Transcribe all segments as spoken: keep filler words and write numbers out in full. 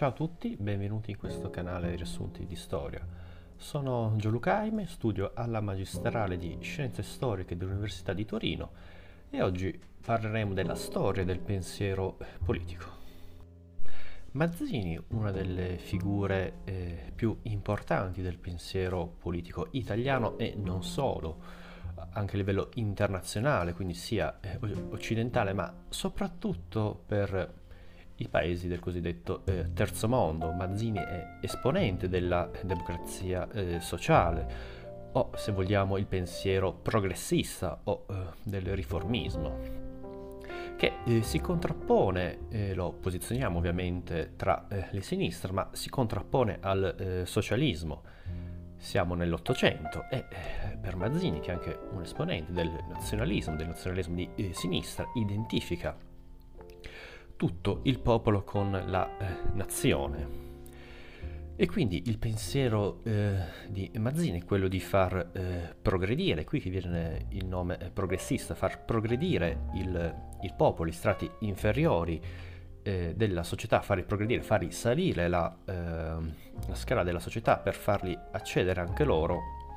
Ciao a tutti, benvenuti in questo canale Riassunti di Storia. Sono Gianluca Aime, studio alla Magistrale di Scienze Storiche dell'Università di Torino e oggi parleremo della storia del pensiero politico. Mazzini, una delle figure eh, più importanti del pensiero politico italiano e non solo, anche a livello internazionale, quindi sia eh, occidentale, ma soprattutto per i paesi del cosiddetto eh, terzo mondo. Mazzini è esponente della democrazia eh, sociale, o se vogliamo il pensiero progressista o eh, del riformismo, che eh, si contrappone, eh, lo posizioniamo ovviamente tra eh, le sinistre, ma si contrappone al eh, socialismo. Siamo nell'Ottocento e eh, per Mazzini, che è anche un esponente del nazionalismo, del nazionalismo di eh, sinistra, identifica tutto il popolo con la eh, nazione. E quindi il pensiero eh, di Mazzini è quello di far eh, progredire, qui che viene il nome eh, progressista, far progredire il, il popolo, gli strati inferiori eh, della società, farli progredire, farli salire la, eh, la scala della società per farli accedere anche loro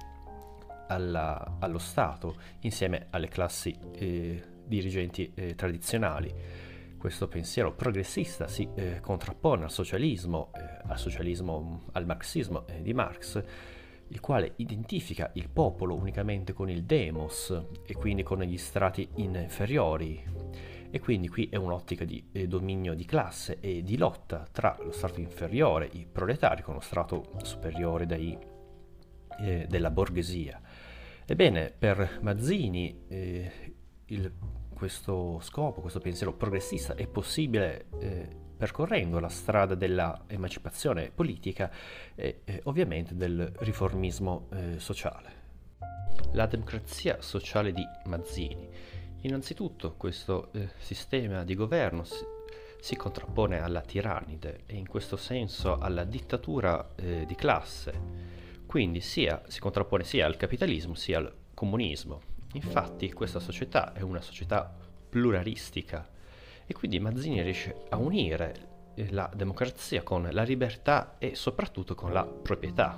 alla, allo Stato, insieme alle classi eh, dirigenti eh, tradizionali. Questo pensiero progressista si eh, contrappone al socialismo, eh, al socialismo, al marxismo eh, di Marx, il quale identifica il popolo unicamente con il demos e quindi con gli strati inferiori. E quindi qui è un'ottica di eh, dominio di classe e di lotta tra lo strato inferiore, i proletari, con lo strato superiore dei, eh, della borghesia. Ebbene, per Mazzini eh, il questo scopo, questo pensiero progressista è possibile eh, percorrendo la strada della emancipazione politica e eh, ovviamente del riformismo eh, sociale. La democrazia sociale di Mazzini. Innanzitutto questo eh, sistema di governo si, si contrappone alla tirannide e in questo senso alla dittatura eh, di classe, quindi sia, si contrappone sia al capitalismo sia al comunismo. Infatti questa società è una società pluralistica e quindi Mazzini riesce a unire la democrazia con la libertà e soprattutto con la proprietà.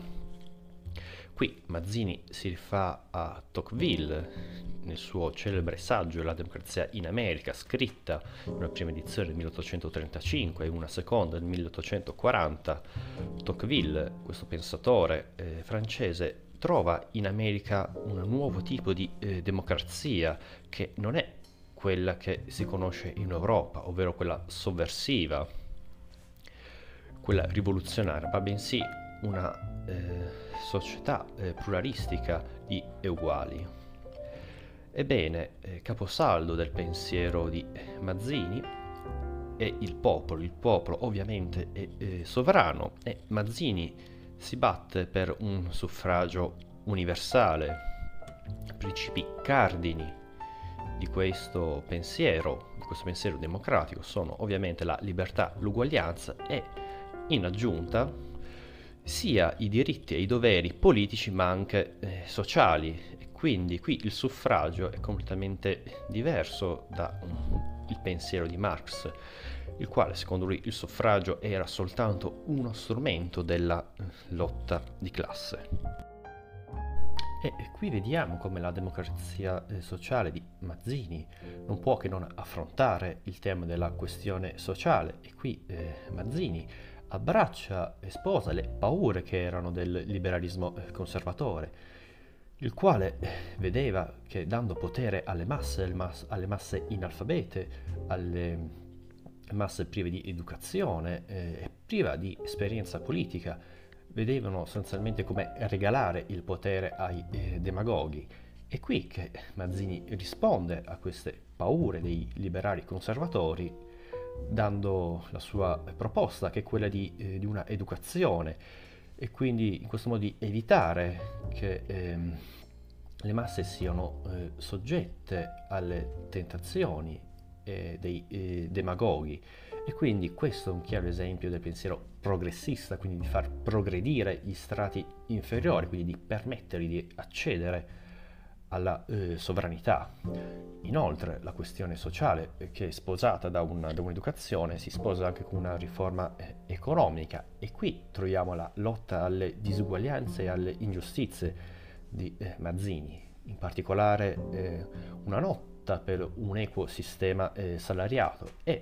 Qui Mazzini si rifà a Tocqueville nel suo celebre saggio La democrazia in America, scritta in una prima edizione del milleottocentotrentacinque e una seconda del milleottocentoquaranta. Tocqueville, questo pensatore eh, francese, trova in America un nuovo tipo di eh, democrazia che non è quella che si conosce in Europa, ovvero quella sovversiva, quella rivoluzionaria, ma bensì una eh, società eh, pluralistica di uguali. Ebbene, eh, caposaldo del pensiero di Mazzini è il popolo. Il popolo ovviamente è eh, sovrano e Mazzini si batte per un suffragio universale. I principi cardini di questo pensiero, di questo pensiero democratico, sono ovviamente la libertà, l'uguaglianza e, in aggiunta, sia i diritti e i doveri politici ma anche eh, sociali. E quindi qui il suffragio è completamente diverso dal pensiero di Marx, il quale secondo lui il suffragio era soltanto uno strumento della lotta di classe. E qui vediamo come la democrazia sociale di Mazzini non può che non affrontare il tema della questione sociale, e qui eh, Mazzini abbraccia e sposa le paure che erano del liberalismo conservatore, il quale vedeva che dando potere alle masse, alle masse inalfabete, alle masse prive di educazione e eh, priva di esperienza politica, vedevano sostanzialmente come regalare il potere ai eh, demagoghi. È qui che Mazzini risponde a queste paure dei liberali conservatori dando la sua proposta, che è quella di, eh, di una educazione, e quindi in questo modo di evitare che ehm, le masse siano eh, soggette alle tentazioni eh, dei eh, demagoghi. E quindi questo è un chiaro esempio del pensiero progressista, quindi di far progredire gli strati inferiori, quindi di permettergli di accedere alla eh, sovranità. inoltre la questione sociale, eh, che è sposata da, una, da un'educazione, si sposa anche con una riforma eh, economica, e qui troviamo la lotta alle disuguaglianze e alle ingiustizie di eh, Mazzini, in particolare eh, una lotta per un equo sistema eh, salariato e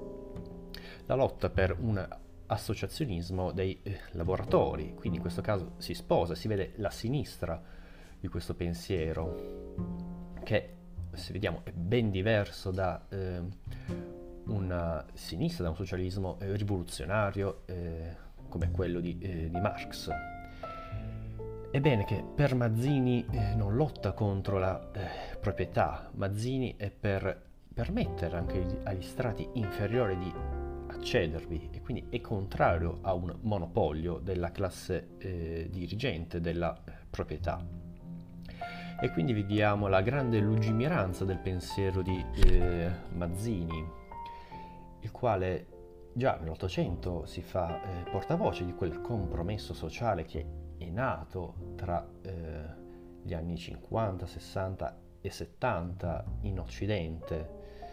la lotta per un associazionismo dei eh, lavoratori. Quindi in questo caso si sposa, si vede la sinistra di questo pensiero, che se vediamo è ben diverso da eh, una sinistra, da un socialismo eh, rivoluzionario eh, come quello di, eh, di Marx. Ebbene, che per Mazzini eh, non lotta contro la eh, proprietà. Mazzini è per permettere anche agli strati inferiori di accedervi, e quindi è contrario a un monopolio della classe eh, dirigente della eh, proprietà. E quindi vediamo la grande lungimiranza del pensiero di eh, Mazzini, il quale già nell'Ottocento si fa eh, portavoce di quel compromesso sociale che è nato tra eh, gli anni cinquanta, sessanta e settanta in Occidente,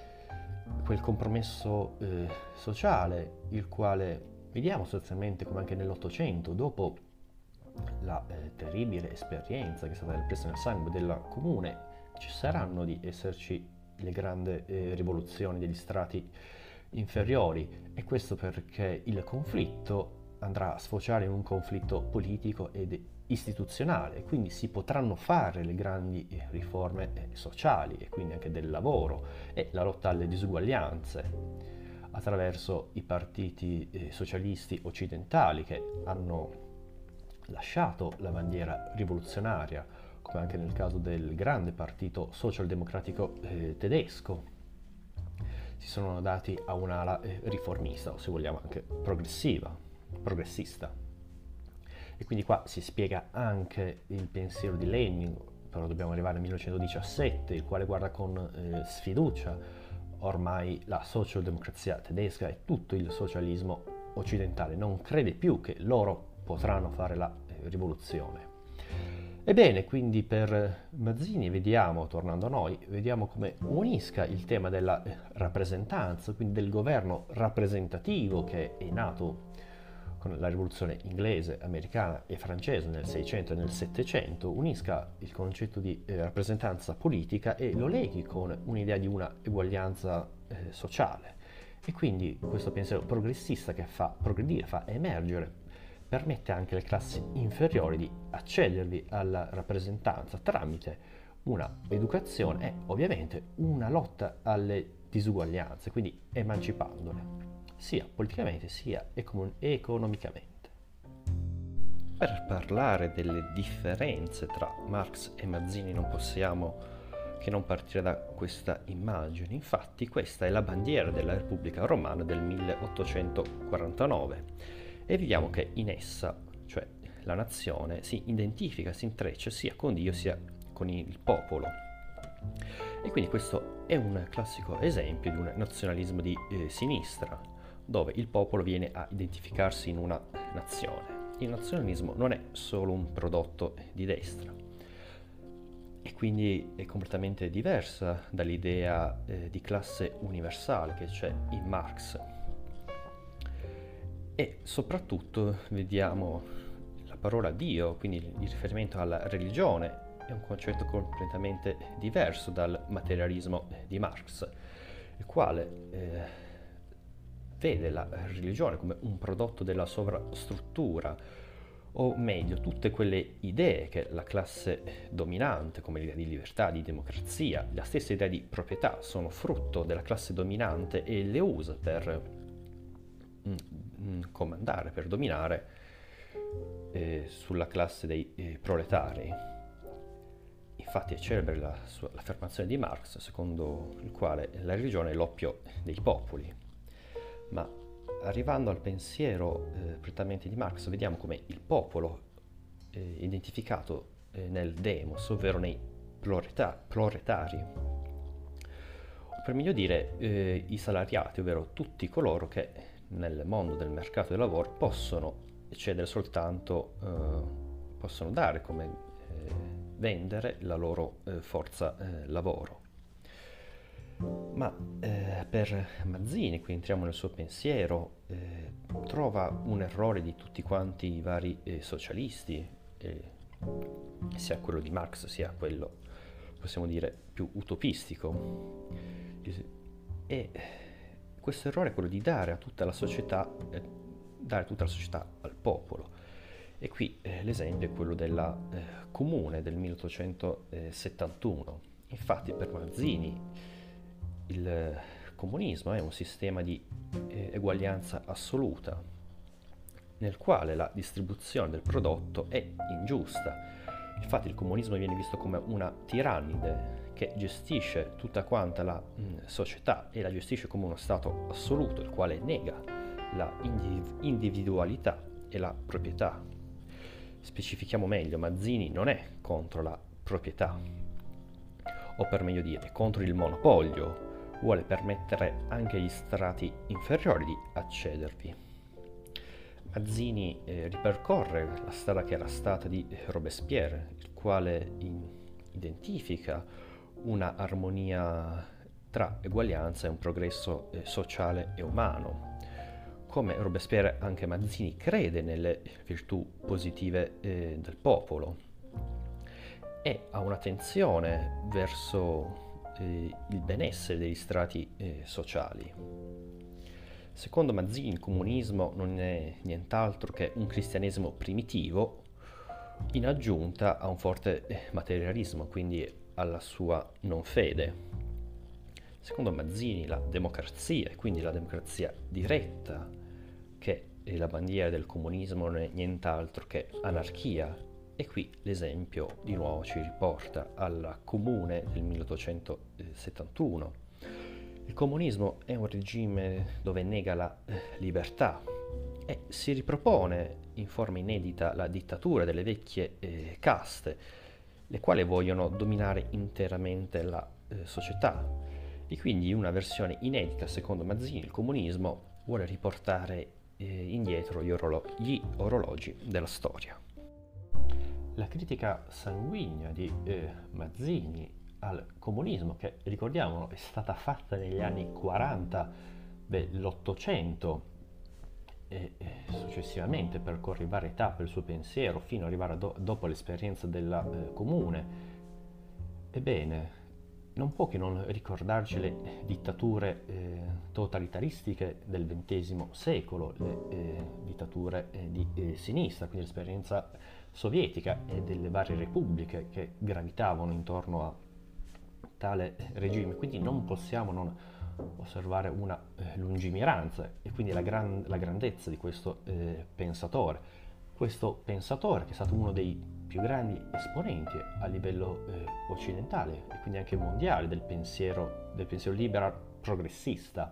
quel compromesso eh, sociale, il quale vediamo sostanzialmente come anche nell'Ottocento, dopo la eh, terribile esperienza che è stata presa nel sangue della Comune, ci saranno di esserci le grandi eh, rivoluzioni degli strati inferiori, e questo perché il conflitto andrà a sfociare in un conflitto politico ed istituzionale, quindi si potranno fare le grandi eh, riforme eh, sociali e quindi anche del lavoro e la lotta alle disuguaglianze attraverso i partiti eh, socialisti occidentali che hanno lasciato la bandiera rivoluzionaria, come anche nel caso del grande partito socialdemocratico eh, tedesco. Si sono dati a un'ala eh, riformista, o se vogliamo anche progressiva, progressista. E quindi qua si spiega anche il pensiero di Lenin, però dobbiamo arrivare al millenovecentodiciassette, il quale guarda con eh, sfiducia ormai la socialdemocrazia tedesca e tutto il socialismo occidentale, non crede più che loro potranno fare la eh, rivoluzione. Ebbene, quindi per Mazzini vediamo, tornando a noi, vediamo come unisca il tema della eh, rappresentanza, quindi del governo rappresentativo che è nato con la rivoluzione inglese, americana e francese nel Seicento e nel Settecento, unisca il concetto di eh, rappresentanza politica e lo leghi con un'idea di una eguaglianza eh, sociale. E quindi questo pensiero progressista che fa progredire, fa emergere, permette anche alle classi inferiori di accedervi alla rappresentanza tramite una educazione e ovviamente una lotta alle disuguaglianze, quindi emancipandole, sia politicamente sia econ- economicamente. Per parlare delle differenze tra Marx e Mazzini non possiamo che non partire da questa immagine. Infatti questa è la bandiera della Repubblica Romana del milleottocentoquarantanove e vediamo che in essa, cioè la nazione, si identifica, si intreccia sia con Dio sia con il popolo. E quindi questo è un classico esempio di un nazionalismo di eh, sinistra, dove il popolo viene a identificarsi in una nazione. Il nazionalismo non è solo un prodotto di destra e quindi è completamente diversa dall'idea eh, di classe universale che c'è in Marx. E soprattutto vediamo la parola Dio, quindi il riferimento alla religione, è un concetto completamente diverso dal materialismo di Marx, il quale eh, vede la religione come un prodotto della sovrastruttura, o meglio, tutte quelle idee che la classe dominante, come l'idea di libertà, di democrazia, la stessa idea di proprietà, sono frutto della classe dominante e le usa per mm, comandare, per dominare eh, sulla classe dei eh, proletari. Infatti è celebre la sua, l'affermazione di Marx, secondo il quale la religione è l'oppio dei popoli. Ma arrivando al pensiero eh, prettamente di Marx, vediamo come il popolo è eh, identificato eh, nel demos, ovvero nei proleta- proletari, o per meglio dire eh, i salariati, ovvero tutti coloro che nel mondo del mercato del lavoro possono cedere soltanto, eh, possono dare come eh, vendere la loro eh, forza eh, lavoro. Ma eh, per Mazzini, qui entriamo nel suo pensiero, eh, trova un errore di tutti quanti i vari eh, socialisti, eh, sia quello di Marx sia quello, possiamo dire, più utopistico. E questo errore è quello di dare a tutta la società, eh, dare tutta la società al popolo. E qui eh, l'esempio è quello della eh, Comune del milleottocentosettantuno. Infatti per Mazzini il comunismo è un sistema di eh, eguaglianza assoluta, nel quale la distribuzione del prodotto è ingiusta. Infatti il comunismo viene visto come una tirannide che gestisce tutta quanta la mh, società e la gestisce come uno stato assoluto, il quale nega la indiv- individualità e la proprietà. Specifichiamo meglio, Mazzini non è contro la proprietà, o per meglio dire, contro il monopolio, vuole permettere anche agli strati inferiori di accedervi. Mazzini eh, ripercorre la strada che era stata di Robespierre, il quale in- identifica una armonia tra eguaglianza e un progresso eh, sociale e umano. Come Robespierre, anche Mazzini crede nelle virtù positive eh, del popolo e ha un'attenzione verso eh, il benessere degli strati eh, sociali. Secondo Mazzini il comunismo non è nient'altro che un cristianesimo primitivo in aggiunta a un forte eh, materialismo, quindi alla sua non fede. Secondo Mazzini la democrazia, e quindi la democrazia diretta, che è la bandiera del comunismo, non è nient'altro che anarchia. E qui l'esempio di nuovo ci riporta alla Comune del milleottocentosettantuno. Il comunismo è un regime dove nega la eh, libertà e si ripropone in forma inedita la dittatura delle vecchie eh, caste, le quali vogliono dominare interamente la eh, società. E quindi in una versione inedita, secondo Mazzini, il comunismo vuole riportare eh, indietro gli, orolo- gli orologi della storia. La critica sanguigna di eh, Mazzini al comunismo, che ricordiamo è stata fatta negli anni quaranta dell'Ottocento e, e successivamente percorre varie tappe del suo pensiero fino ad arrivare do- dopo l'esperienza della eh, Comune. Ebbene, non può che non ricordarci le dittature eh, totalitaristiche del ventesimo secolo, le eh, dittature eh, di eh, sinistra, quindi l'esperienza sovietica e delle varie repubbliche che gravitavano intorno a tale regime. Quindi non possiamo non osservare una eh, lungimiranza e quindi la, gran- la grandezza di questo eh, pensatore. Questo pensatore che è stato uno dei più grandi esponenti a livello eh, occidentale e quindi anche mondiale del pensiero, del pensiero liberal progressista.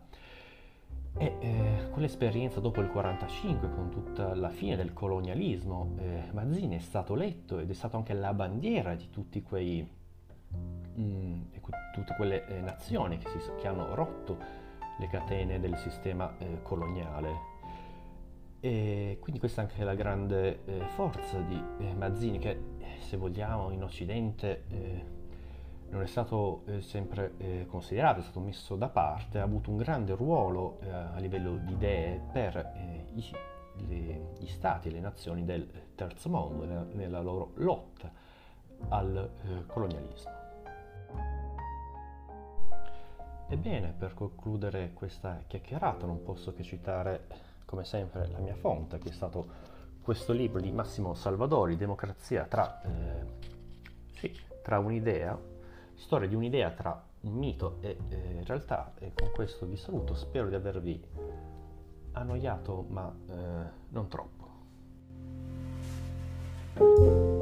E eh, quell'esperienza dopo il quarantacinque, con tutta la fine del colonialismo, eh, Mazzini è stato letto ed è stato anche la bandiera di tutti quei, mh, tutte quelle eh, nazioni che, si, che hanno rotto le catene del sistema eh, coloniale. E quindi questa è anche la grande eh, forza di eh, Mazzini, che se vogliamo in Occidente eh, non è stato eh, sempre eh, considerato, è stato messo da parte, ha avuto un grande ruolo eh, a livello di idee per eh, i, le, gli stati e le nazioni del terzo mondo nella, nella loro lotta al eh, colonialismo. Ebbene, per concludere questa chiacchierata non posso che citare come sempre la mia fonte, che è stato questo libro di Massimo Salvadori, Democrazia tra, eh, sì, tra un'idea, storia di un'idea tra un mito e eh, realtà. E con questo vi saluto, spero di avervi annoiato, ma eh, non troppo.